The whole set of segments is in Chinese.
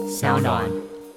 小暖。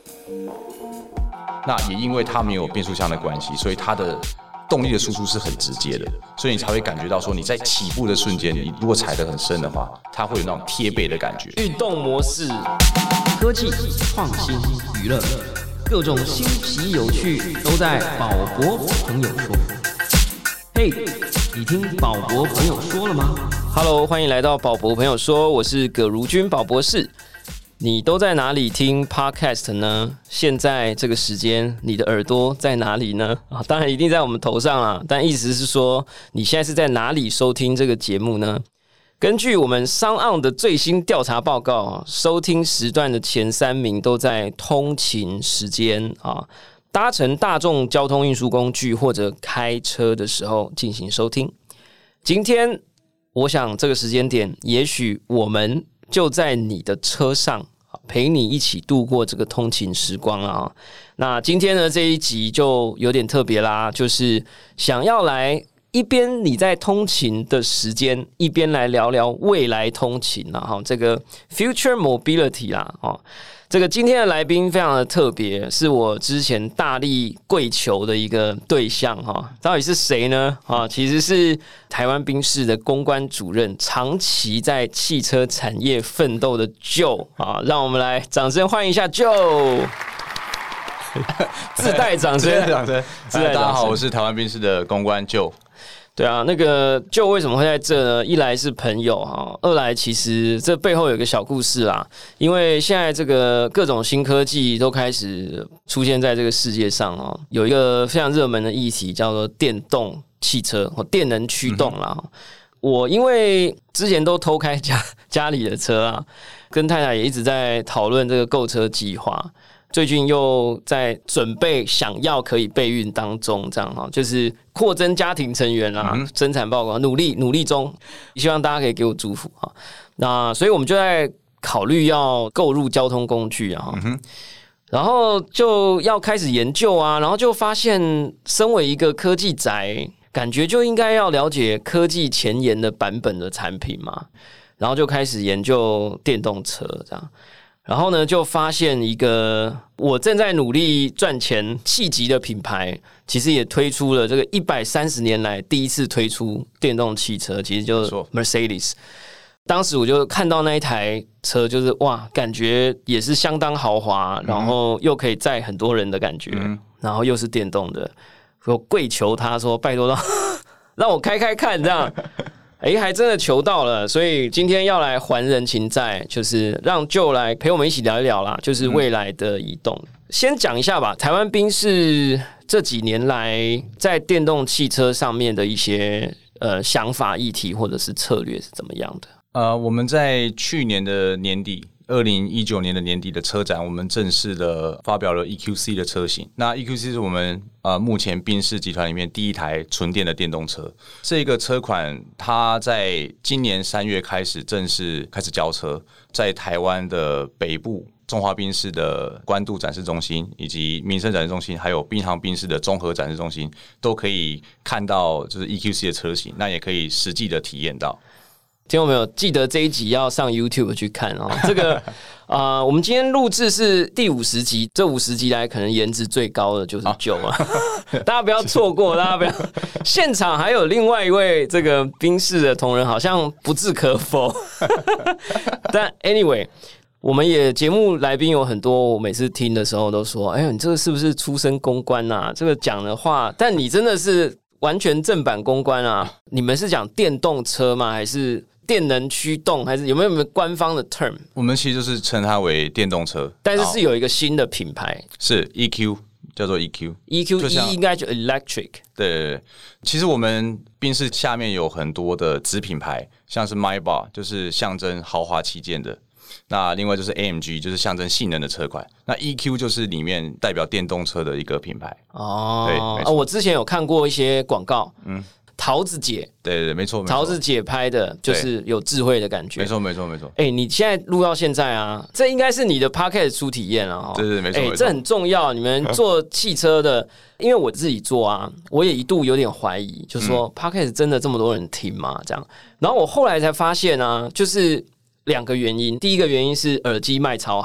那也因为它没有变速箱的关系，所以它的动力的输出是很直接的，所以你才会感觉到说你在起步的瞬间，你如果踩得很深的话，它会有那种贴背的感觉。 运动模式、科技、创新、娱乐，各种新奇有趣都在宝博朋友说。嘿，你听宝博朋友说了吗 ？Hello， 欢迎来到宝博朋友说，我是葛如君宝博士。你都在哪里听 Podcast 呢？现在这个时间，你的耳朵在哪里呢？当然一定在我们头上啦。但意思是说，你现在是在哪里收听这个节目呢？根据我们 SoundOn 的最新调查报告，收听时段的前3名都在通勤时间啊，搭乘大众交通运输工具或者开车的时候进行收听。今天，我想这个时间点，也许我们就在你的车上，陪你一起度过这个通勤时光啊。那今天呢，这一集就有点特别啦，就是想要来一边你在通勤的时间，一边来聊聊未来通勤啦，这个 future mobility 啦。这个今天的来宾非常的特别，是我之前大力跪求的一个对象哈，到底是谁呢？其实是台湾宾士的公关主任，长期在汽车产业奋斗的 Joe 啊，让我们来掌声欢迎一下 Joe， 自带掌声， 大家好，我是台湾宾士的公关 Joe。 对啊，那个就为什么会在这呢？一来是朋友哈，二来其实这背后有一个小故事啦。因为现在这个各种新科技都开始出现在这个世界上哦，有一个非常热门的议题叫做电动汽车或电能驱动啦。我因为之前都偷开家里的车啊，跟太太也一直在讨论这个购车计划。最近又在准备想要可以备孕当中，这样哈，就是扩增家庭成员啦，生产报告努力中，希望大家可以给我祝福哈。那所以我们就在考虑要购入交通工具啊，然后就要开始研究啊，然后就发现身为一个科技宅，感觉就应该要了解科技前沿的版本的产品嘛，然后就开始研究电动车这样。然后呢，就发现一个我正在努力赚钱企级的品牌，其实也推出了这个130年来第一次推出电动汽车，其实就是 Mercedes。当时我就看到那一台车，就是哇，感觉也是相当豪华，然后又可以载很多人的感觉，然后又是电动的，我跪求他说：“拜托让我开看这样。”还真的求到了，所以今天要来还人情债，就是让 Joe 来陪我们一起聊一聊啦，就是未来的移动。先讲一下吧，台湾宾士这几年来在电动汽车上面的一些想法、议题或者是策略是怎么样的？ 我们在去年的年底，2019年的年底的车展，我们正式的发表了 EQC 的车型。那 EQC 是我们目前宾士集团里面第一台纯电的电动车。这个车款它在今年3月正式开始交车，在台湾的北部中华宾士的关渡展示中心，以及民生展示中心，还有宾航宾士的综合展示中心，都可以看到就是 EQC 的车型，那也可以实际的体验到。 听众朋友，记得这一集要上 YouTube 去看哦。这个我们今天录制是第50集，这50集来可能颜值最高的就是 Joe 啊，大家不要错过，大家不要。现场还有另外一位这个宾士的同仁，好像不置可否。但 anyway， 我们也节目来宾有很多，我每次听的时候都说：“哎呦，你这个是不是出身公关啊？这个讲的话，但你真的是完全正版公关啊！你们是讲电动车吗？还是？”电能驱动还是有没有官方的 term？ 我们其实就是称它为电动车， 但是是有一个新的品牌， 是 EQ， 叫做 EQ， 应该就 electric。 对，其实我们宾士下面有很多的子品牌，像是 Maybach 就是象征豪华旗舰的，那另外就是 AMG 就是象征性能的车款，那 EQ 就是里面代表电动车的一个品牌。对， 我之前有看过一些广告，桃子姐， 对，没错， 桃子姐拍的，就是有智慧的感觉， 没错。 你现在录到现在啊，这应该是你的 podcast 初体验啊， 对，没错， 这很重要。你们做汽车的，因为我自己做啊，我也一度有点怀疑，就是说 podcast 真的这么多人听吗？这样，然后我后来才发现啊，就是2个原因，第一个原因是耳机卖超好。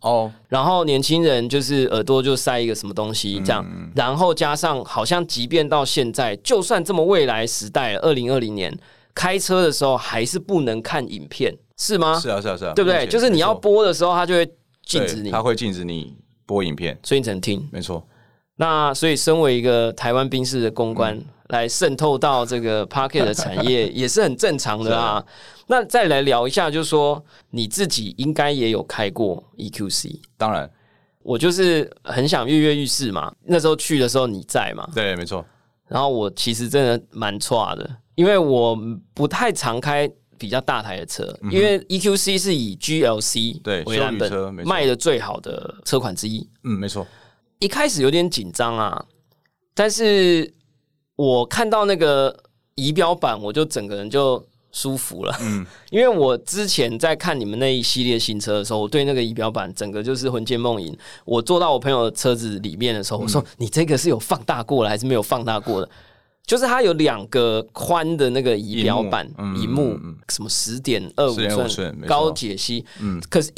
哦， 然后年轻人就是耳朵就塞一个什么东西这样，然后加上好像即便到现在，就算这么未来时代2020年开车的时候还是不能看影片，是吗？ 是啊， 对不对？就是你要播的时候，它就会禁止你， 它会禁止你播影片， 所以你只能听。 没错。 那所以身为一个台湾宾士的公关，来渗透到这个 Podcast 的产业也是很正常的啊。那再来聊一下，就是说你自己应该也有开过 EQC， 当然， 我就是很想跃跃欲试嘛。那时候去的时候你在嘛？ 对，没错。 然后我其实真的蛮差的，因为我不太常开比较大台的车，因为 EQC 是以 GLC 为蓝本卖的最好的车款之一。 没错。 一开始有点紧张啊，但是我看到那个仪表板，我就整个人就舒服了。因为我之前在看你们那一系列新车的时候，我对那个仪表板整个就是魂牵梦萦。我坐到我朋友的车子里面的时候，我说：“你这个是有放大过的，还是没有放大过的？”就是它有2个宽的那个仪表板萤幕，什么10.25寸高解析。可是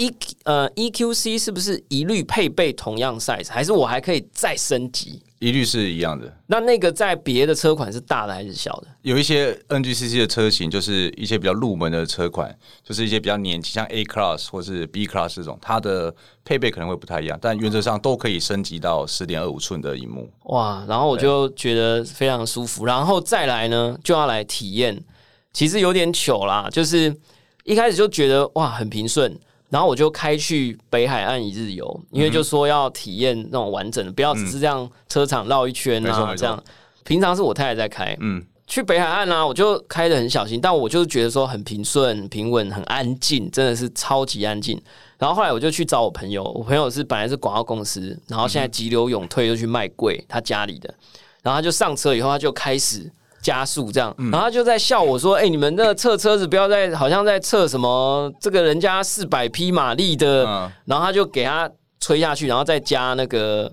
EQC 是不是一律配备同样 size， 还是我还可以再升级？ 一律是一样的。 那个在别的车款是大的还是小的？ 有一些 NGCC 的车型，就是一些比较入门的车款，就是一些比较年轻，像 A Class 或是 B Class 这种，它的配备可能会不太一样，但原则上都可以升级到10.25寸的萤幕。 哇！然后我就觉得非常舒服，然后再来呢，就要来体验。其实有点糗啦，就是一开始就觉得哇很平顺。然后我就开去北海岸一日游，因为就说要体验那种完整的，不要只是这样车场绕一圈啊，这样。平常是我太太在开，去北海岸啊，我就开得很小心，但我就觉得说很平顺、很平稳、很安静，真的是超级安静。然后后来我就去找我朋友，我朋友本来是广告公司，然后现在急流勇退，又去卖柜，他家里的。然后他就上车以后，他就开始加速这样，然后他就在笑我说：“你们那测车子不要再好像在测什么这个人家400匹马力的。”然后他就给他吹下去，然后再加那个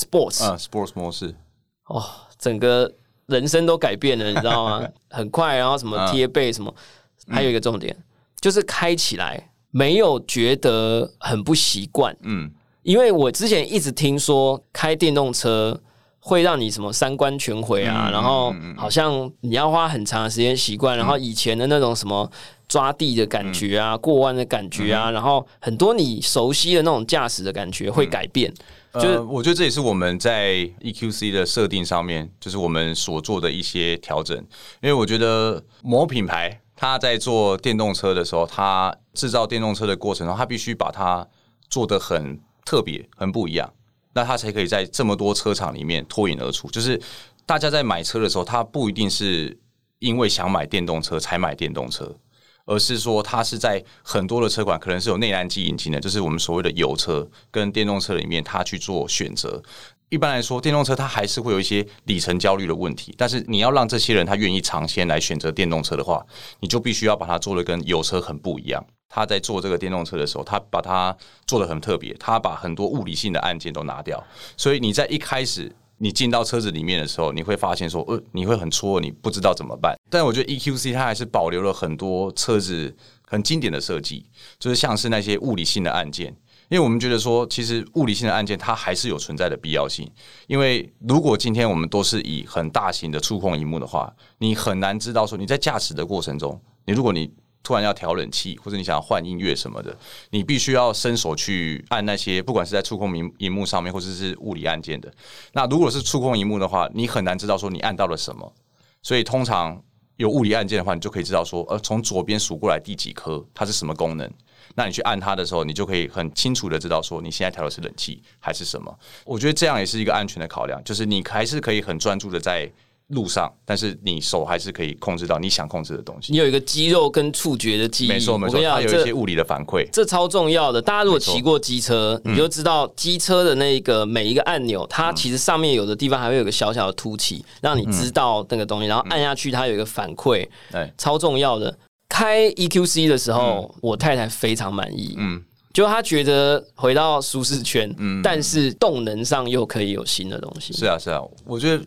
Sports 模式。 哦，整个人生都改变了，你知道吗？很快，然后什么贴背什么，还有一个重点就是开起来没有觉得很不习惯。因为我之前一直听说开电动车会让你什么3观全毁啊，然后好像你要花很长的时间习惯，然后以前的那种什么抓地的感觉啊，过弯的感觉啊，然后很多你熟悉的那种驾驶的感觉会改变。 我觉得这也是我们在 EQC 的设定上面，就是我们所做的一些调整。因为我觉得某品牌它在做电动车的时候，它制造电动车的过程中，它必须把它做得很特别、很不一样。那他才可以在这么多车厂里面脱颖而出。就是大家在买车的时候，他不一定是因为想买电动车才买电动车，而是说他是在很多的车款可能是有内燃机引擎的，就是我们所谓的油车跟电动车里面，他去做选择。一般来说，电动车它还是会有一些里程焦虑的问题，但是你要让这些人他愿意尝鲜来选择电动车的话，你就必须要把它做得跟油车很不一样。他在做这个电动车的时候，他把它做得很特别，他把很多物理性的按键都拿掉，所以你在一开始你进到车子里面的时候，你会发现说，你会很戳，你不知道怎么办。但我觉得 EQC 它还是保留了很多车子很经典的设计，就是像是那些物理性的按键。因为我们觉得说，其实物理性的按键它还是有存在的必要性。因为如果今天我们都是以很大型的触控萤幕的话，你很难知道说你在驾驶的过程中，如果你突然要调冷气，或者你想要换音乐什么的，你必须要伸手去按那些，不管是在触控萤幕上面，或者是物理按键的。那如果是触控萤幕的话，你很难知道说你按到了什么。所以通常有物理按键的话，你就可以知道说，从左边数过来第几颗，它是什么功能。那你去按它的时候，你就可以很清楚的知道说你现在调的是冷气还是什么。我觉得这样也是一个安全的考量，就是你还是可以很专注的在路上，但是你手还是可以控制到你想控制的东西。 你有一个肌肉跟触觉的记忆， 没错，它有一些物理的反馈， 这超重要的。大家如果骑过机车，你就知道机车的那个每一个按钮，它其实上面有的地方还会有个小小的凸起，让你知道那个东西，然后按下去它有一个反馈，超重要的。开 EQC 的时候，我太太非常满意，就她觉得回到舒适圈，但是动能上又可以有新的东西。 是啊，我觉得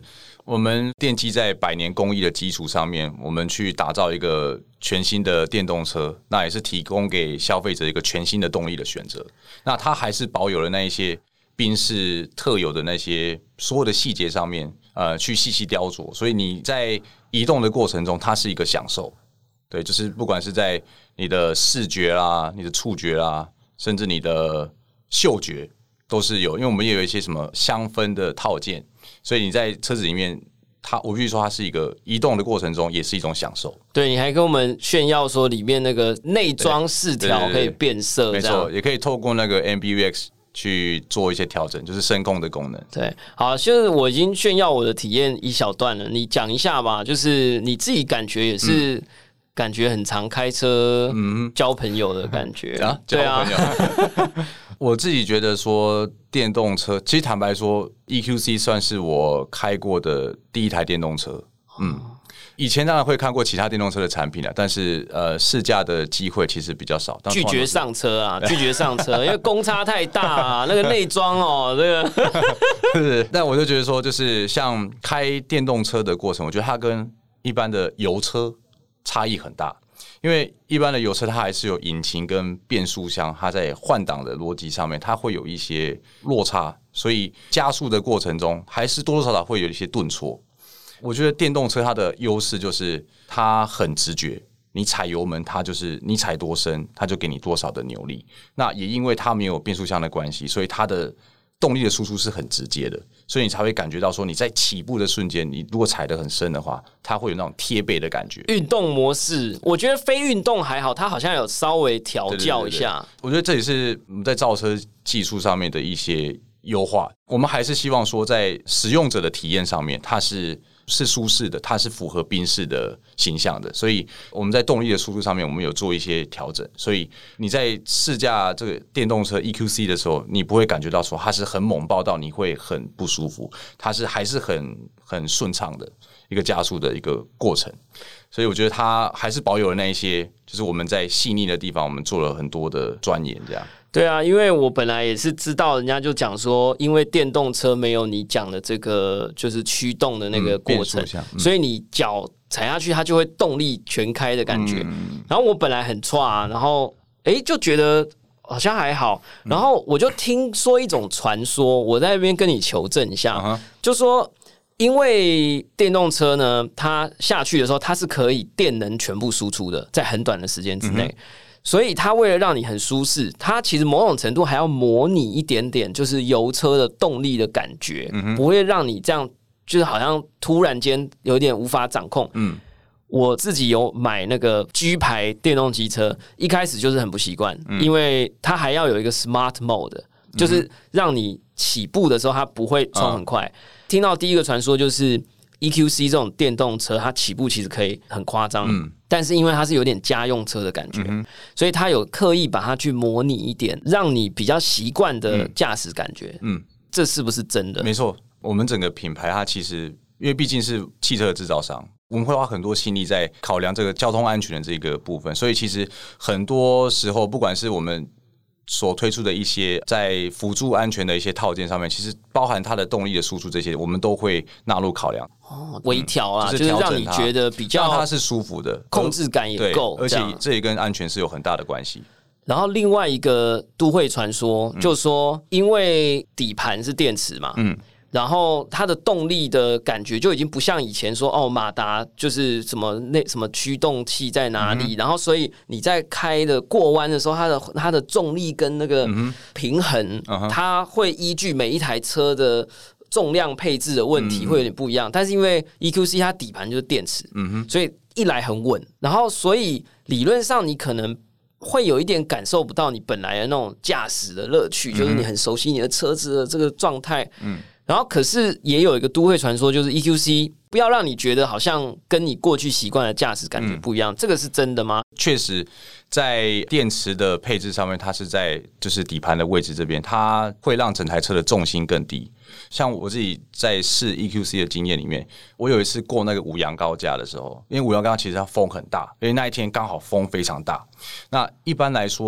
我们电机在100年工艺的基础上面，我们去打造一个全新的电动车，那也是提供给消费者一个全新的动力的选择。那它还是保有了那一些宾士特有的那些所有的细节上面，去细细雕琢。所以你在移动的过程中，它是一个享受。对，就是不管是在你的视觉啦、你的触觉啦，甚至你的嗅觉都是有，因为我们也有一些什么香氛的套件，所以你在车子里面，我必须说它是一个移动的过程中也是一种享受。 对，你还跟我们炫耀说里面那个内装饰条可以变色， 没错，也可以透过那个 MBUX 去做一些调整，就是声控的功能。 对，好，就是我已经炫耀我的体验一小段了，你讲一下吧，就是你自己感觉也是。感觉很常开车交朋友的感觉啊，交朋友。我自己觉得说电动车，其实坦白说 ，EQC 算是我开过的第一台电动车。以前当然会看过其他电动车的产品啦，但是试驾的机会其实比较少。 拒绝上车啊，拒绝上车，因为公差太大啊，那个内装哦，这个。 是，但我就觉得说，就是像开电动车的过程，我觉得它跟一般的油车差异很大，因为一般的油车它还是有引擎跟变速箱，它在换挡的逻辑上面，它会有一些落差，所以加速的过程中还是多多少少会有一些顿挫。我觉得电动车它的优势就是它很直觉，你踩油门，它就是你踩多深，它就给你多少的扭力。那也因为它没有变速箱的关系，所以它的动力的输出是很直接的，所以你才会感觉到说你在起步的瞬间，你如果踩得很深的话，它会有那种贴背的感觉。 运动模式，我觉得非运动还好，它好像有稍微调教一下。 对，我觉得这也是我们在造车技术上面的一些优化。我们还是希望说，在使用者的体验上面，它是舒适的，它是符合宾士的形象的，所以我们在动力的输出上面，我们有做一些调整。所以你在试驾这个电动车 EQC 的时候，你不会感觉到说它是很猛爆到你会很不舒服，它是还是很顺畅的一个加速的一个过程。所以我觉得它还是保有了那一些，就是我们在细腻的地方，我们做了很多的钻研，这样。 对啊，因为我本来也是知道，人家就讲说，因为电动车没有你讲的这个就是驱动的那个过程，所以你脚踩下去，它就会动力全开的感觉。然后我本来很差，然后就觉得好像还好，然后我就听说一种传说，我在那边跟你求证一下，就说因为电动车呢，它下去的时候，它是可以电能全部输出的，在很短的时间之内。所以它为了让你很舒适，它其实某种程度还要模拟一点点，就是油车的动力的感觉，不会让你这样，就是好像突然间有点无法掌控。我自己有买那个 G 牌电动机车，一开始就是很不习惯，因为它还要有一个 Smart Mode， 就是让你起步的时候它不会冲很快。听到第一个传说就是。EQC 这种电动车，它起步其实可以很夸张，但是因为它是有点家用车的感觉，所以它有刻意把它去模拟一点，让你比较习惯的驾驶感觉。这是不是真的？ 没错，我们整个品牌它其实因为毕竟是汽车的制造商，我们会花很多心力在考量这个交通安全的这个部分，所以其实很多时候，不管是我们所推出的一些在辅助安全的一些套件上面，其实包含它的动力的输出这些，我们都会纳入考量。 微调啊，就是让你觉得比较让它是舒服的， 控制感也够， 而且这也跟安全是有很大的关系。 然后另外一个都会传说，就是说因为底盘是电池嘛，然后它的动力的感觉就已经不像以前说马达就是什么驱动器在哪里，然后所以你在开的过弯的时候，它的重力跟那个平衡，它会依据每一台车的重量配置的问题会有点不一样。但是因为 EQC 它底盘就是电池，所以一来很稳，然后所以理论上你可能会有一点感受不到你本来的那种驾驶的乐趣，就是你很熟悉你的车子的这个状态。然后可是也有一个都会传说，就是 EQC 不要让你觉得好像跟你过去习惯的驾驶感觉不一样，这个是真的吗？ 确实，在电池的配置上面，它是在就是底盘的位置这边，它会让整台车的重心更低。像我自己在试 EQC 的经验里面，我有一次过那个五羊高架的时候，因为五羊高架其实它风很大，因为那一天刚好风非常大。那一般来说，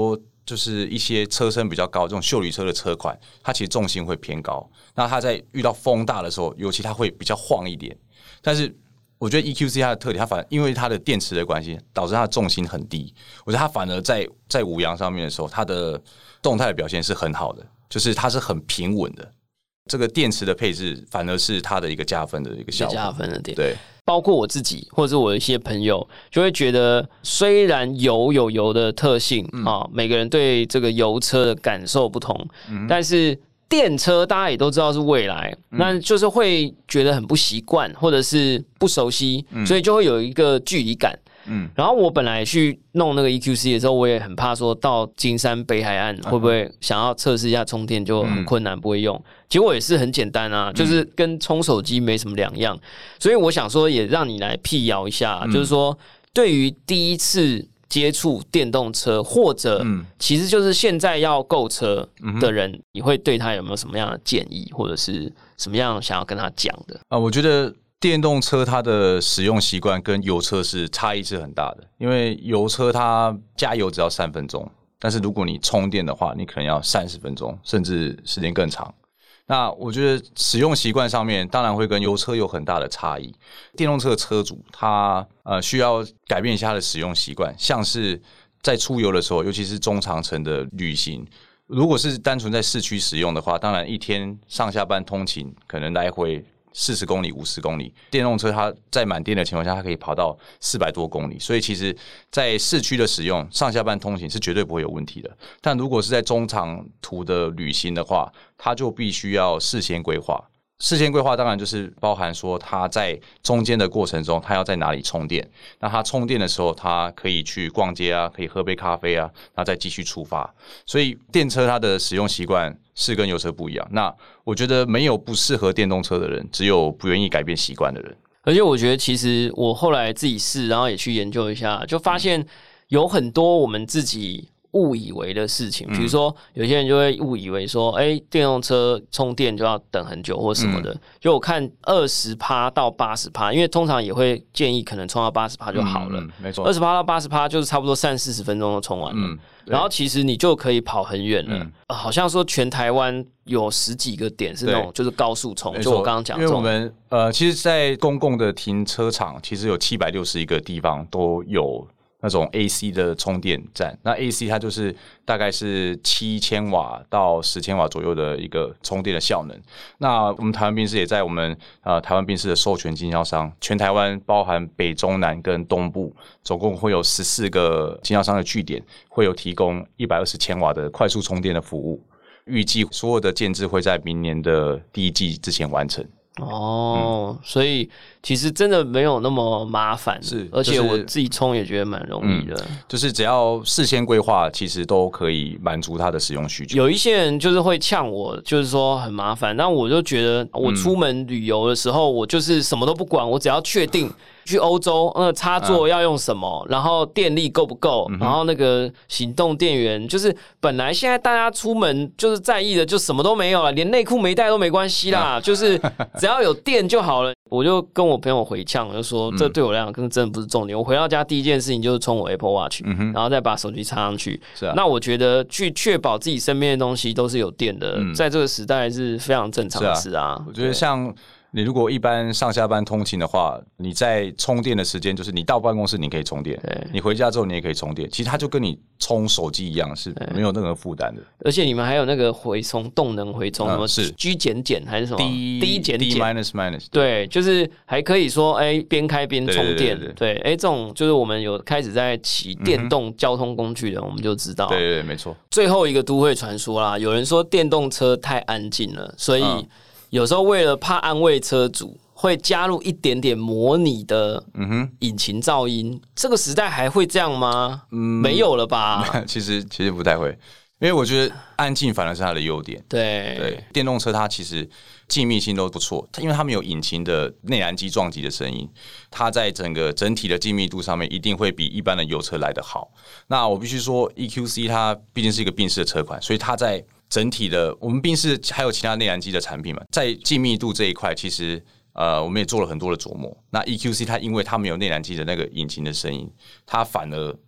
就是一些车身比较高这种休旅车的车款，它其实重心会偏高。那它在遇到风大的时候，尤其它会比较晃一点。但是我觉得 EQC 它的特点，它因为它的电池的关系，导致它的重心很低。我觉得它反而在五羊上面的时候，它的动态的表现是很好的，就是它是很平稳的。这个电池的配置反而是它的一个加分的一个效果， 加分的点。 对， 包括我自己或者是我的一些朋友，就会觉得虽然油有油的特性每个人对这个油车的感受不同，但是电车大家也都知道是未来，那就是会觉得很不习惯或者是不熟悉，所以就会有一个距离感。然后我本来去弄那个 EQC 的时候，我也很怕说到金山北海岸会不会想要测试一下充电就很困难，不会用。结果也是很简单啊，就是跟充手机没什么两样。所以我想说，也让你来辟谣一下，就是说对于第一次接触电动车，或者其实就是现在要购车的人，你会对他有没有什么样的建议，或者是什么样想要跟他讲的？ 我觉得电动车它的使用习惯跟油车是差异是很大的，因为油车它加油只要3分钟，但是如果你充电的话，你可能要30分钟，甚至时间更长。那我觉得使用习惯上面当然会跟油车有很大的差异。电动车的车主他需要改变一下他的使用习惯，像是在出游的时候，尤其是中长程的旅行，如果是单纯在市区使用的话，当然一天上下班通勤可能来回40公里、50公里，电动车它在满电的情况下，它可以跑到400多公里，所以其实在市区的使用，上下班通勤是绝对不会有问题的。但如果是在中长途的旅行的话，它就必须要事先规划。事先规划当然就是包含说，它在中间的过程中，它要在哪里充电。那它充电的时候，它可以去逛街啊，可以喝杯咖啡啊，然后再继续出发。所以电车它的使用习惯是跟油车不一样。那我觉得没有不适合电动车的人，只有不愿意改变习惯的人。 而且我觉得，其实我后来自己试，然后也去研究一下，就发现有很多我们自己误以为的事情，比如说有些人就会误以为说，电动车充电就要等很久或什么的。就我看20%到80%，因为通常也会建议可能充到80%就好了。 没错 ，20%到80%就是差不多30-40分钟就充完了。然后其实你就可以跑很远了。好像说全台湾有10几个点是那种就是高速充，就我刚刚讲， 因为我们其实，在公共的停车场，其实有761个地方都有那种 AC 的充电站。那 AC 它就是大概是7000瓦到10千瓦左右的一个充电的效能。那我们台湾宾士也在我们台湾宾士的授权经销商，全台湾包含北中南跟东部，总共会有14个经销商的据点，会有提供120千瓦的快速充电的服务。预计所有的建制会在明年的第1季之前完成。 所以其实真的没有那么麻烦， 是， 而且我自己充也觉得蛮容易的。 就是只要事先规划，其实都可以满足他的使用需求。 有一些人就是会呛我，就是说很麻烦，但我就觉得我出门旅游的时候，我就是什么都不管，我只要确定去欧洲插座要用什么，然后电力够不够，然后那个行动电源，就是本来现在大家出门就是在意的就什么都没有了，连内裤没带都没关系啦，就是只要有电就好了。我就跟我朋友回呛，我就说这对我来讲根本真的不是重点。我回到家第一件事情就是充我 Apple Watch，然后再把手机插上去。那我觉得去确保自己身边的东西都是有电的，在这个时代是非常正常的事啊。 我觉得像你如果一般上下班通勤的话，你在充电的时间就是你到办公室你可以充电，你回家之后你也可以充电，其实它就跟你充手机一样，是没有任何负担的。 而且你们还有那个回充动能回充，什么是 G 减减还是什么 D 减减 D-minus， 对，就是还可以说边开边充电。对，这种就是我们有开始在骑电动交通工具的，我们就知道。 对，没错。 最后一个都会传说啦，有人说电动车太安静了，所以有时候为了怕安慰车主，会加入一点点模拟的引擎噪音。这个时代还会这样吗？没有了吧？ 其实不太会，因为我觉得安静反而是它的优点。 对， 电动车它其实静谧性都不错，因为它们有引擎的内燃机撞击的声音，它在整体的静谧度上面一定会比一般的油车来得好。那我必须说 EQC 它毕竟是一个宾士的车款，所以它在整体的我们宾士还有其他内燃机的产品嘛，在静谧度这一块，其实我们也做了很多的琢磨。那 EQC 它因为它没有内燃机的那个引擎的声音，它反而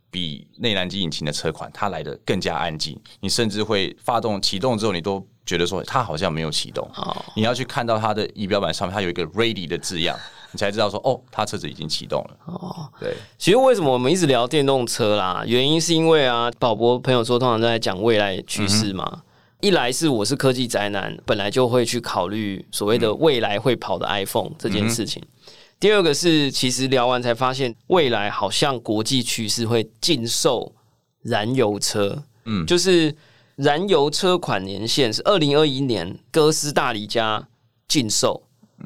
比内燃机引擎的车款它来的更加安静，你甚至会启动之后，你都觉得说它好像没有启动。你要去看到它的仪表板上面它有一个 ready 的字样，你才知道说它车子已经启动了。对。 其实为什么我们一直聊电动车啦？原因是因为啊，宝博朋友说通常在讲未来趋势嘛。一来是我是科技宅男，本来就会去考虑所谓的未来会跑的 iPhone 这件事情。第二个是，其实聊完才发现，未来好像国际趋势会禁售燃油车。就是燃油车款年限是2021年哥斯达黎加禁售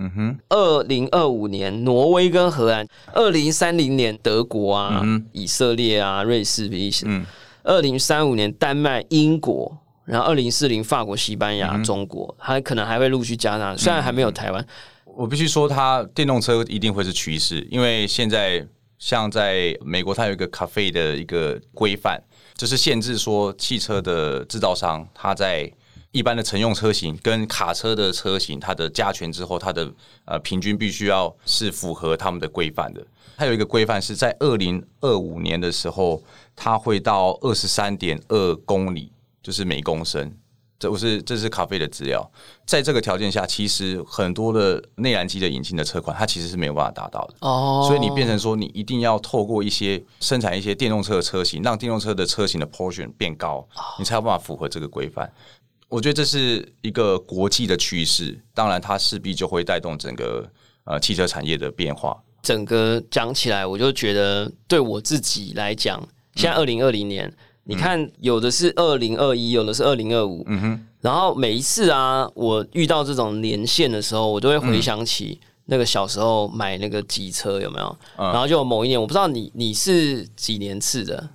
，2025年挪威跟荷兰，2030年德国啊、以色列啊、瑞士、比利时，2035年丹麦、英国。然后2040法国、西班牙、中国，它可能还会陆续加上，虽然还没有台湾。 我必须说，它电动车一定会是趋势，因为现在像在美国，它有一个 CAFE 的一个规范，就是限制说汽车的制造商，它在一般的乘用车型跟卡车的车型，它的加权之后，它的平均必须要是符合他们的规范的。它有一个规范是在2025年的时候，它会到23.2公里。就是每公升，这是咖啡的资料。在这个条件下，其实很多的内燃机的引擎的车款，它其实是没有办法达到的。所以你变成说，你一定要透过生产一些电动车的车型，让电动车的车型的 portion 变高，你才有办法符合这个规范。我觉得这是一个国际的趋势，当然它势必就会带动整个汽车产业的变化。 整个讲起来，我就觉得对我自己来讲，现在2020年。你看，有的是2021，有的是2025，然后每一次啊，我遇到这种年限的时候，我都会回想起那个小时候买那个机车有没有？然后就某一年，我不知道你是几年次的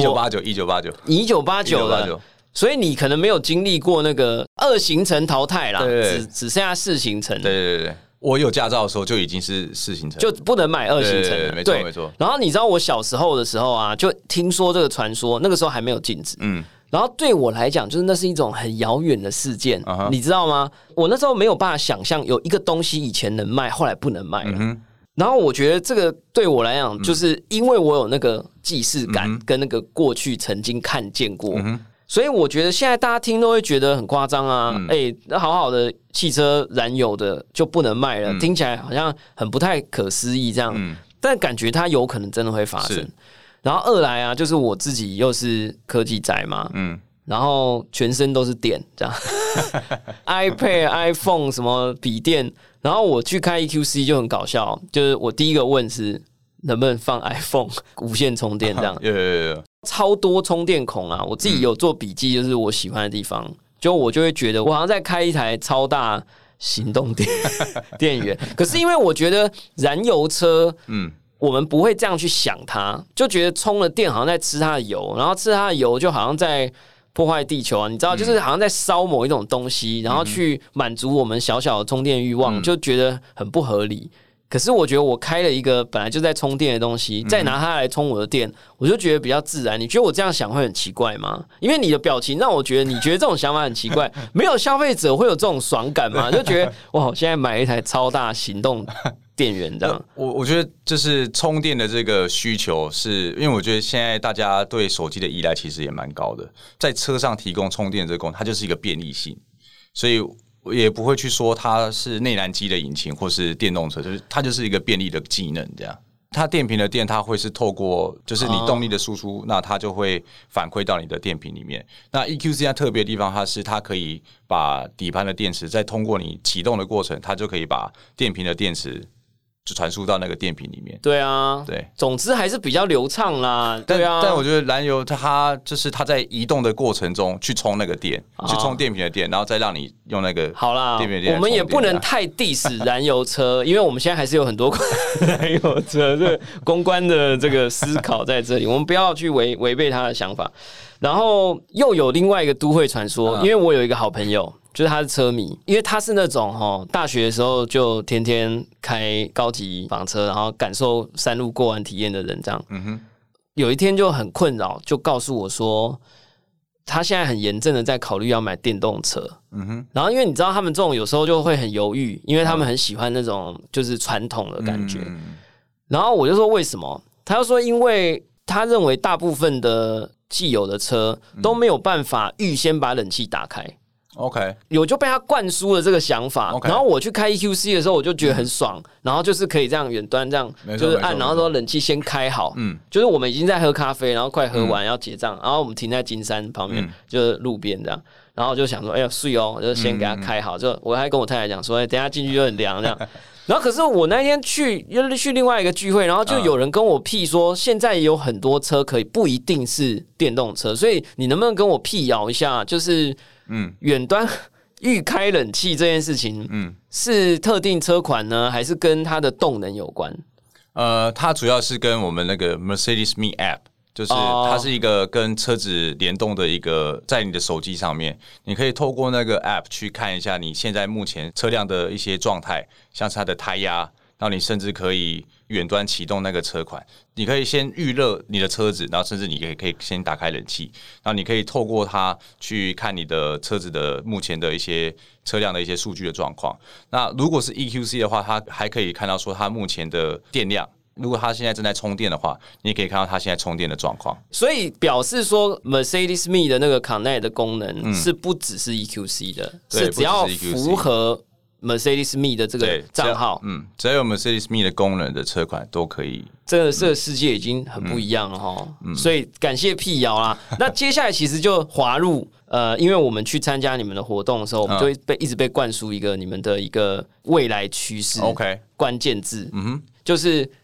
？1989 的，所以你可能没有经历过那个2行程淘汰啦，只剩下4行程。 对。我有驾照的时候就已经是4行程， 就不能买2行程了。 没错。 然后你知道我小时候的时候啊，就听说这个传说，那个时候还没有禁止。然后对我来讲，就是那是一种很遥远的事件，你知道吗？我那时候没有办法想象有一个东西以前能卖，后来不能卖了。然后我觉得这个对我来讲，就是因为我有那个既视感，跟那个过去曾经看见过。所以我觉得现在大家听都会觉得很夸张啊！那好好的汽车燃油的就不能卖了，听起来好像很不太可思议这样。但感觉它有可能真的会发生。然后二来啊，就是我自己又是科技宅嘛，然后全身都是电这样，iPad、iPhone 什么笔电，然后我去开 EQC 就很搞笑，就是我第一个问是能不能放 iPhone 无线充电这样。超多充电孔啊！我自己有做笔记，就是我喜欢的地方，就我就会觉得我好像在开一台超大行动电源。可是因为我觉得燃油车，我们不会这样去想它，就觉得充了电好像在吃它的油，然后吃它的油就好像在破坏地球啊！你知道，就是好像在烧某一种东西，然后去满足我们小小的充电欲望，就觉得很不合理。可是我觉得我开了一个本来就在充电的东西，再拿它来充我的电，我就觉得比较自然。你觉得我这样想会很奇怪吗？因为你的表情让我觉得你觉得这种想法很奇怪。没有消费者会有这种爽感吗？就觉得哇，我现在买一台超大行动电源这样。 我觉得就是充电的这个需求是，因为我觉得现在大家对手机的依赖其实也蛮高的，在车上提供充电这个功能，它就是一个便利性，所以我也不会去说它是内燃机的引擎或是电动车，它就是一个便利的技能这样。它电瓶的电，它会是透过就是你动力的输出，那它就会反馈到你的电瓶里面。那 EQC 它特别的地方，它可以把底盘的电池，再通过你启动的过程，它就可以把电瓶的电池就传输到那个电瓶里面。 对啊， 对， 总之还是比较流畅啦。对啊， 但我觉得燃油它就是它在移动的过程中去充那个电，去充电瓶的电，然后再让你用那个好啦。 电瓶的电。 我们也不能太 diss 燃油车，因为我们现在还是有很多燃油车，这公关的这个思考在这里，我们不要去违背他的想法。然后又有另外一个都会传说，因为我有一个好朋友。就是他是车迷，因为他是那种大学的时候就天天开高级房车，然后感受山路过弯体验的人这样。有一天就很困扰，就告诉我说，他现在很严正的在考虑要买电动车。然后因为你知道他们这种有时候就会很犹豫，因为他们很喜欢那种就是传统的感觉。然后我就说为什么？他就说因为他认为大部分的既有的车都没有办法预先把冷气打开。 OK， 我就被他灌输了这个想法， okay. 然后我去开 EQC 的时候，我就觉得很爽，然后就是可以这样远端这样，就是按，然后说冷气先开好，就是我们已经在喝咖啡，然后快喝完要结账，然后我们停在金山旁边，就是路边这样，然后就想说，哎呀，睡哦，就先给他开好，就我还跟我太太讲说，哎，等一下进去就很凉这样。然后可是我那天去另外一个聚会，然后就有人跟我辟说，现在也有很多车可以不一定是电动车，所以你能不能跟我辟谣一下，就是远端预开冷气这件事情，是特定车款呢，还是跟它的动能有关？ 它主要是跟我们那个 Mercedes Me App。就是它是一个跟车子联动的一个，在你的手机上面，你可以透过那个 App 去看一下你现在目前车辆的一些状态，像是它的胎压，然后你甚至可以远端启动那个车款，你可以先预热你的车子，然后甚至你也可以先打开冷气，然后你可以透过它去看你的车子的目前的一些车辆的一些数据的状况。那如果是 EQC 的话，它还可以看到说它目前的电量。如果它现在正在充电的话，你也可以看到它现在充电的状况。 所以表示说 Mercedes Me 的那个 Connect 的功能是不只是 EQC 的，是只要符合 Mercedes Me 的这个账号， 只要有 Mercedes Me 的功能的车款都可以。 这个世界已经很不一样了哈，所以感谢辟谣啦。那接下来其实就滑入因为我们去参加你们的活动的时候，我们就会一直被灌输一个你们的一个未来趋势 ，OK 关键字，就是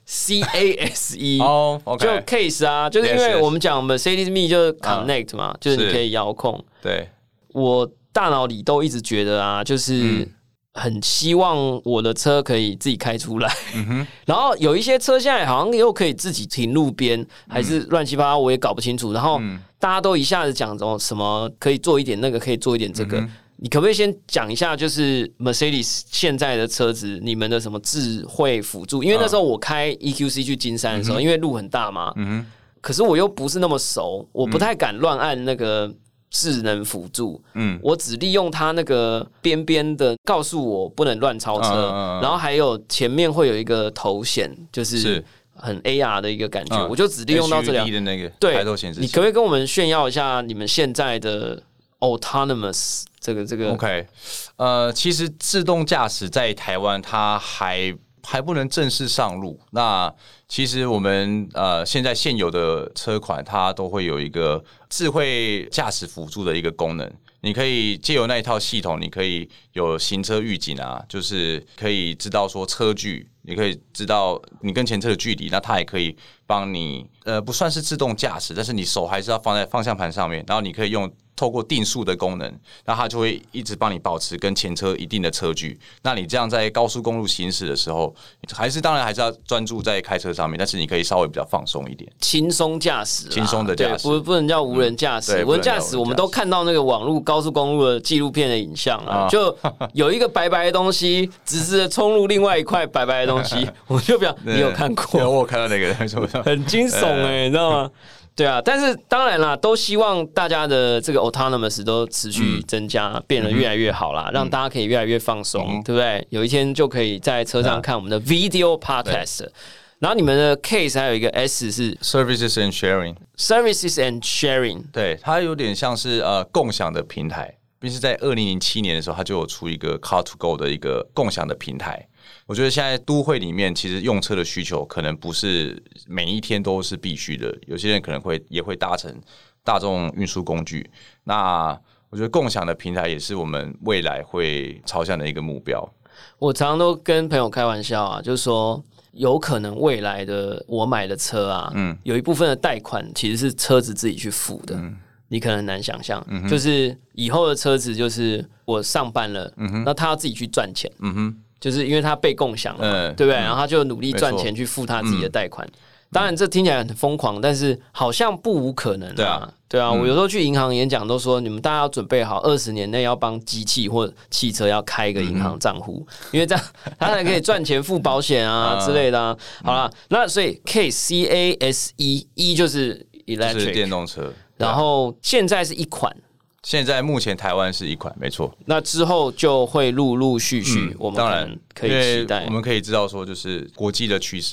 CASE， 就 case 啊，就是因为我们讲 Mercedes Me 就是 Connect 嘛，就是你可以遥控。 对， 我大脑里都一直觉得啊，就是很希望我的车可以自己开出来，然后有一些车现在好像又可以自己停路边，还是乱七八糟，我也搞不清楚。然后大家都一下子讲什么可以做一点那个，可以做一点这个。你可不可以先讲一下，就是 Mercedes 现在的车子，你们的什么智慧辅助？因为那时候我开 EQC 去金山的时候，因为路很大嘛，可是我又不是那么熟，我不太敢乱按那个智能辅助，我只利用它那个边边的告诉我不能乱超车，然后还有前面会有一个头显，就是很 AR 的一个感觉，我就只利用到这两的那个对抬头显示器。 你可不可以跟我们炫耀一下你们现在的 autonomous 这个 ？OK， 其实自动驾驶在台湾它还不能正式上路。那其实我们现在现有的车款，它都会有一个智慧驾驶辅助的一个功能。你可以借由那一套系统，你可以有行车预警啊，就是可以知道说车距，你可以知道你跟前车的距离，那它也可以帮你不算是自动驾驶，但是你手还是要放在方向盘上面，然后你可以透过定速的功能，那它就会一直帮你保持跟前车一定的车距。那你这样在高速公路行驶的时候，当然还是要专注在开车上面，但是你可以稍微比较放松一点， 轻松驾驶， 轻松的驾驶， 不能叫无人驾驶。无人驾驶我们都看到那个网络高速公路的纪录片的影像啊，就有一个白白的东西直直的冲入另外一块白白的东西，我就表你有看过？ 我有看到那个， 很惊悚你知道吗？对啊，但是当然啦，都希望大家的这个 autonomous 都持续增加，变得越来越好啦，让大家可以越来越放松，对不对？有一天就可以在车上看我们的 video podcast。然后你们的 case 还有一个 S 是 services and sharing，services and sharing， 对，它有点像是共享的平台，并是在2007年的时候，它就有出一个 Car to Go 的一个共享的平台。我觉得现在都会里面，其实用车的需求可能不是每一天都是必须的，有些人可能也会搭乘大众运输工具。那我觉得共享的平台也是我们未来会朝向的一个目标。 我常常都跟朋友开玩笑啊，就是说有可能未来的我买的车啊，有一部分的贷款其实是车子自己去付的。你可能很难想象，就是以后的车子就是我上班了，那他要自己去赚钱。就是因为他被共享了嘛，对不对？然后他就努力赚钱去付他自己的贷款。当然，这听起来很疯狂，但是好像不无可能啊。对啊，我有时候去银行演讲都说，你们大家要准备好20年内要帮机器或汽车要开一个银行账户，因为这样他才可以赚钱付保险啊之类的啊。好啦，那所以 CASE 就是 electric 就是电动车， 然后现在是一款。 现在目前台湾是一款，没错。 那之后就会陆陆续续，我们可能可以期待。 我们可以知道说，就是国际的趋势，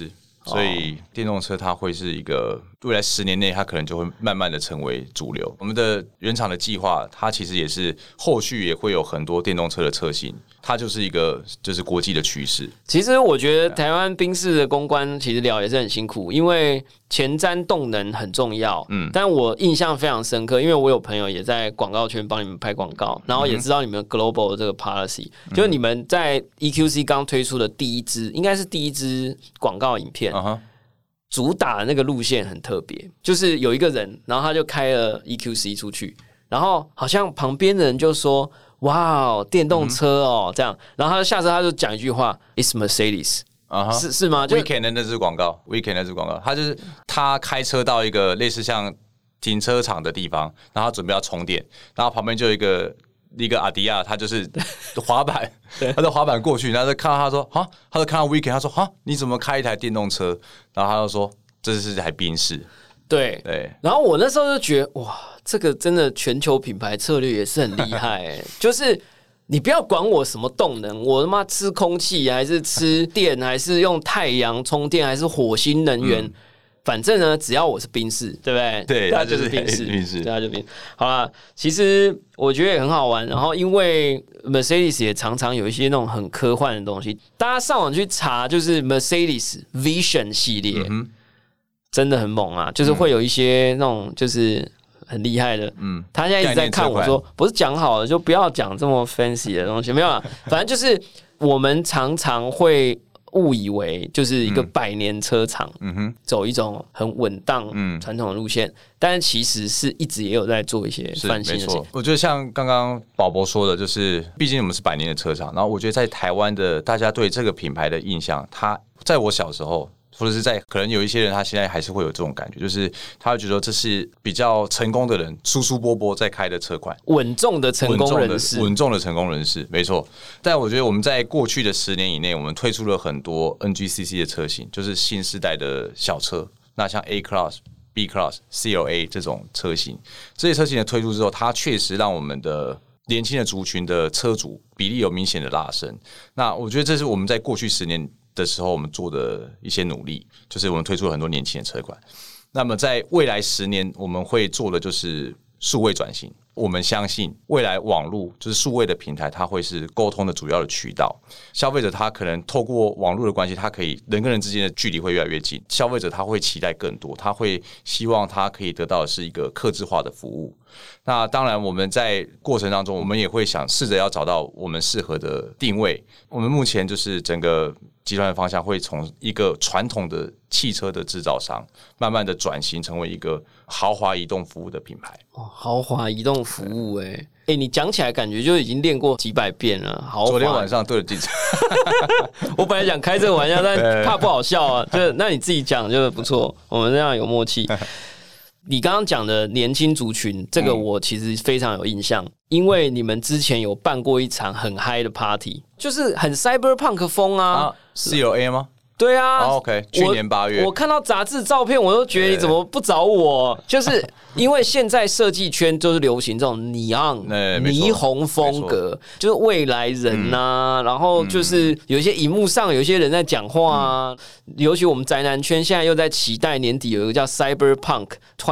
所以电动车它会是一个未来10年内，它可能就会慢慢的成为主流。我们的原厂的计划，它其实也是后续也会有很多电动车的车型，它就是一个就是国际的趋势。 其实我觉得台湾宾士的公关其实聊也是很辛苦，因为前瞻动能很重要。但我印象非常深刻，因为我有朋友也在广告圈帮你们拍广告，然后也知道你们 global 的这个 policy，就是你们在 EQC 刚推出的应该是第一支广告影片。主打的那个路线很特别，就是有一个人，然后他就开了 EQC 出去，然后好像旁边的人就说：“哇，电动车哦，这样。”然后他下车他就讲一句话 ：“It's Mercedes。”是吗 ？Weekend 的那支广告 ，Weekend 那支广告，他就是他开车到一个类似像停车场的地方，然后他准备要充电，然后旁边就有一个阿迪亚，他就是滑板，他的滑板过去，然后就看到他说哈，他就看到 Weekend， 他说哈，你怎么开一台电动车？然后他就说这是台宾士， 对。然后我那时候就觉得哇，这个真的全球品牌策略也是很厉害就是你不要管我什么动能，我他妈吃空气还是吃电，还是用太阳充电，还是火星能源。反正呢，只要我是宾士，对不对？ 对， 他就是宾士，对，他就宾士。好啦，其实我觉得也很好玩。然后，因为 Mercedes 也常常有一些那种很科幻的东西，大家上网去查，就是 Mercedes Vision 系列，真的很猛啊！就是会有一些那种就是很厉害的。他现在一直在看我说，不是讲好了就不要讲这么 fancy 的东西，没有啦。反正就是我们常常会误以为就是一个100年车厂，走一种很稳当传统的路线，但是其实是一直也有在做一些翻新的事情。 我觉得像刚刚宝博说的，就是毕竟我们是100年的车厂，然后我觉得在台湾的大家对这个品牌的印象，它在我小时候。或者是在可能有一些人，他现在还是会有这种感觉，就是他会觉得这是比较成功的人，舒舒波波在开的车款， 稳重的成功人士， 稳重的成功人士，没错。但我觉得我们在过去的10年以内，我们推出了很多 NGCC 的车型，就是新世代的小车。那像 A Class、B Class、CLA 这种车型，这些车型的推出之后，它确实让我们的年轻的族群的车主比例有明显的拉升。那我觉得这是我们在过去10年的时候，我们做的一些努力，就是我们推出了很多年轻的车款。那么在未来10年，我们会做的就是数位转型。我们相信未来网络就是数位的平台，它会是沟通的主要的渠道。消费者他可能透过网络的关系，他可以人跟人之间的距离会越来越近。消费者他会期待更多，他会希望他可以得到的是一个客制化的服务。那当然，我们在过程当中，我们也会想试着要找到我们适合的定位。我们目前就是整个集团的方向会从一个传统的汽车的制造商，慢慢的转型成为一个豪华移动服务的品牌。 豪华移动服务你讲起来感觉就已经练过几百遍了。豪华昨天晚上对着镜子， 我本来想开这个玩笑，但怕不好笑啊。就那你自己讲就不错，我们这样有默契。你刚刚讲的年轻族群，这个我其实非常有印象，因为你们之前有办过一场很嗨的 party， 就是很 cyberpunk 风啊。 CLA 吗？ 对啊、 OK， 去年8月， 我看到杂志照片，我都觉得你怎么不找我？就是因为现在设计圈就是流行这种霓虹风格，就是未来人啊，然后就是有一些荧幕上有一些人在讲话啊，尤其我们宅男圈现在又在期待年底有一个叫 Cyberpunk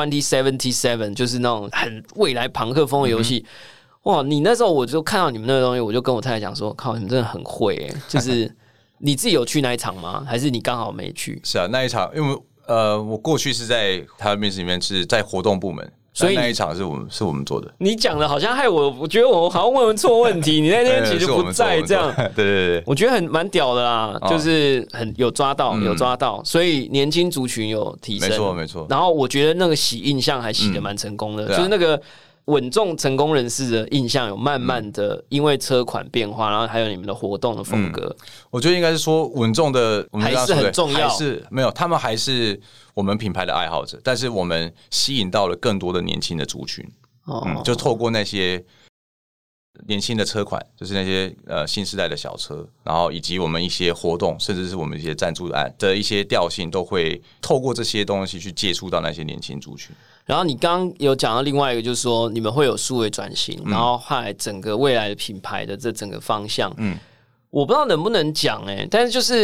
2077，就是那种很未来朋克风的游戏。哇！你那时候我就看到你们那个东西，我就跟我太太讲说：“靠，你们真的很会就是。”你自己有去那一场吗？还是你刚好没去？ 是啊，那一场，因为我过去是在台湾面试里面是在活动部门，所以那一场是我们做的。 你讲的好像害我觉得我好像问错问题。你那天其实不在，这样对， 我觉得蛮屌的啦，就是很有抓到，所以年轻族群有提升， 没错。 然后我觉得那个洗印象还洗得蛮成功的，就是那个。稳重成功人士的印象有慢慢的因为车款变化，然后还有你们的活动的风格， 我觉得应该是说稳重的我们还是很重要， 还是没有，他们还是我们品牌的爱好者，但是我们吸引到了更多的年轻的族群，就透过那些年轻的车款，就是那些新时代的小车，然后以及我们一些活动，甚至是我们一些赞助案的一些调性，都会透过这些东西去接触到那些年轻族群。 然后你刚刚有讲到另外一个，就是说你们会有数位转型，然后后来整个未来的品牌的这整个方向，我不知道能不能讲但是就是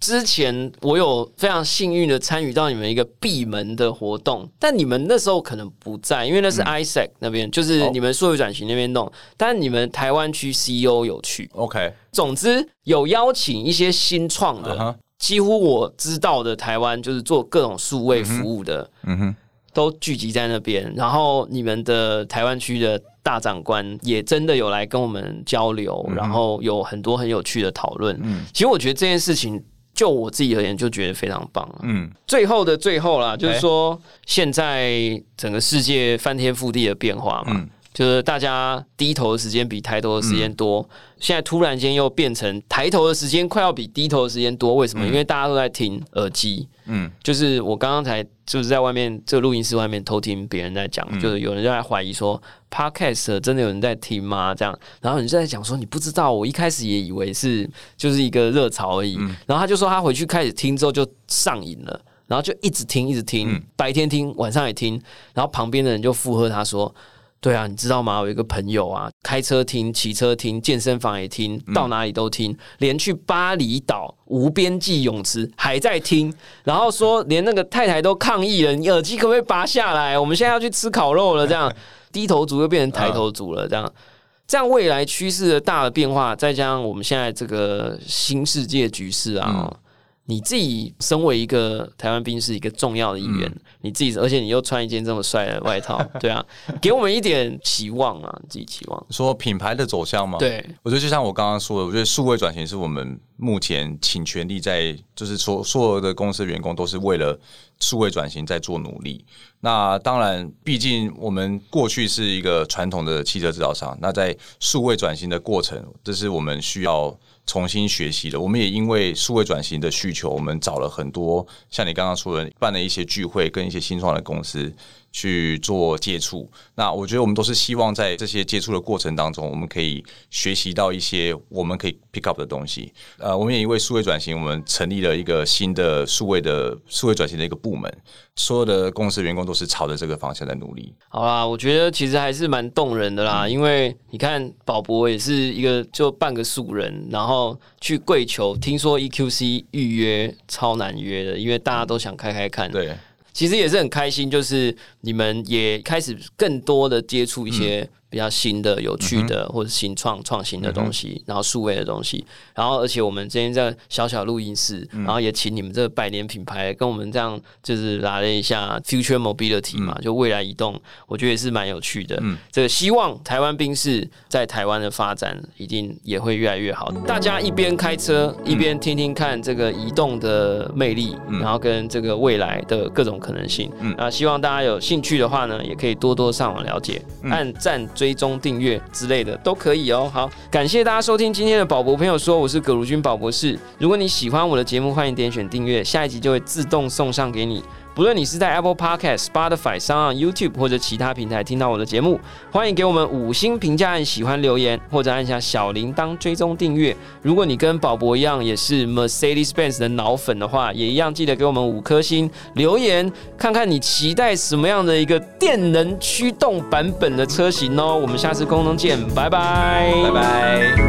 之前我有非常幸运的参与到你们一个闭门的活动，但你们那时候可能不在，因为那是 ISEC 那边，就是你们数位转型那边弄，但你们台湾区 CEO 有去。 OK， 总之有邀请一些新创的，几乎我知道的台湾就是做各种数位服务的，都聚集在那边。然后你们的台湾区的大长官也真的有来跟我们交流，然后有很多很有趣的讨论。其实我觉得这件事情，就我自己而言，就觉得非常棒。最后的最后啦，就是说现在整个世界翻天覆地的变化嘛。就是大家低头的时间比抬头的时间多，现在突然间又变成抬头的时间快要比低头的时间多，为什么？因为大家都在听耳机。就是我刚刚才就是在外面这个录音室外面偷听别人在讲，就是有人在怀疑说 Podcast 真的有人在听吗？这样，然后你就在讲说你不知道，我一开始也以为是就是一个热潮而已。然后他就说他回去开始听之后就上瘾了。然后就一直听，一直听，白天听，晚上也听。然后旁边的人就附和他说：“对啊，你知道吗？我有一个朋友啊，开车听，骑车听，健身房也听，到哪里都听，连去巴厘岛无边际泳池还在听。然后说连那个太太都抗议了，你耳机可不可以拔下来？我们现在要去吃烤肉了，这样低头族又变成抬头族了，这样未来趋势的大的变化，再加上我们现在这个新世界局势啊。你自己身为一个台湾兵士一个重要的一员，你自己，而且你又穿一件这么帅的外套，对啊，给我们一点期望啊，自己期望。 说品牌的走向吗？ 对， 我觉得就像我刚刚说的，我觉得数位转型是我们目前倾全力在，就是所有的公司的员工都是为了数位转型在做努力。那当然，毕竟我们过去是一个传统的汽车制造商，那在数位转型的过程，这是我们需要重新学习的。我们也因为数位转型的需求，我们找了很多像你刚刚说的，办了一些聚会，跟一些新创的公司去做接触。那我觉得我们都是希望在这些接触的过程当中，我们可以学习到一些我们可以 pick up 的东西。我们也因为数位转型，我们成立了一个新的数位转型的一个部门，所有的公司员工都是朝着这个方向在努力。 好啦，我觉得其实还是蛮动人的啦，因为你看宝博也是一个就半个素人，然后去跪求，听说 EQC 预约超难约的，因为大家都想开看。 对。 其实也是很开心，就是你们也开始更多的接触一些比较新的、有趣的或者新创新的东西，然后数位的东西，然后而且我们今天在小小录音室，然后也请你们这个百年品牌跟我们这样就是来了一下 Future Mobility 嘛，就未来移动，我觉得也是蛮有趣的。这个希望台湾宾士在台湾的发展一定也会越来越好。大家一边开车一边听听看这个移动的魅力，然后跟这个未来的各种可能性。希望大家有兴趣的话呢，也可以多多上网了解，按赞、追踪、订阅之类的都可以哦。好，感谢大家收听今天的宝博朋友说，我是葛如君宝博士。如果你喜欢我的节目，欢迎点选订阅，下一集就会自动送上给你。不论你是在 Apple Podcast、Spotify、SoundOn、YouTube 或者其他平台听到我的节目，欢迎给我们5星评价、按喜欢留言，或者按下小铃铛追踪订阅。如果你跟宝博一样也是 Mercedes-Benz 的脑粉的话，也一样记得给我们5颗星留言，看看你期待什么样的一个电能驱动版本的车型哦。我们下次空中见，拜拜， 拜拜。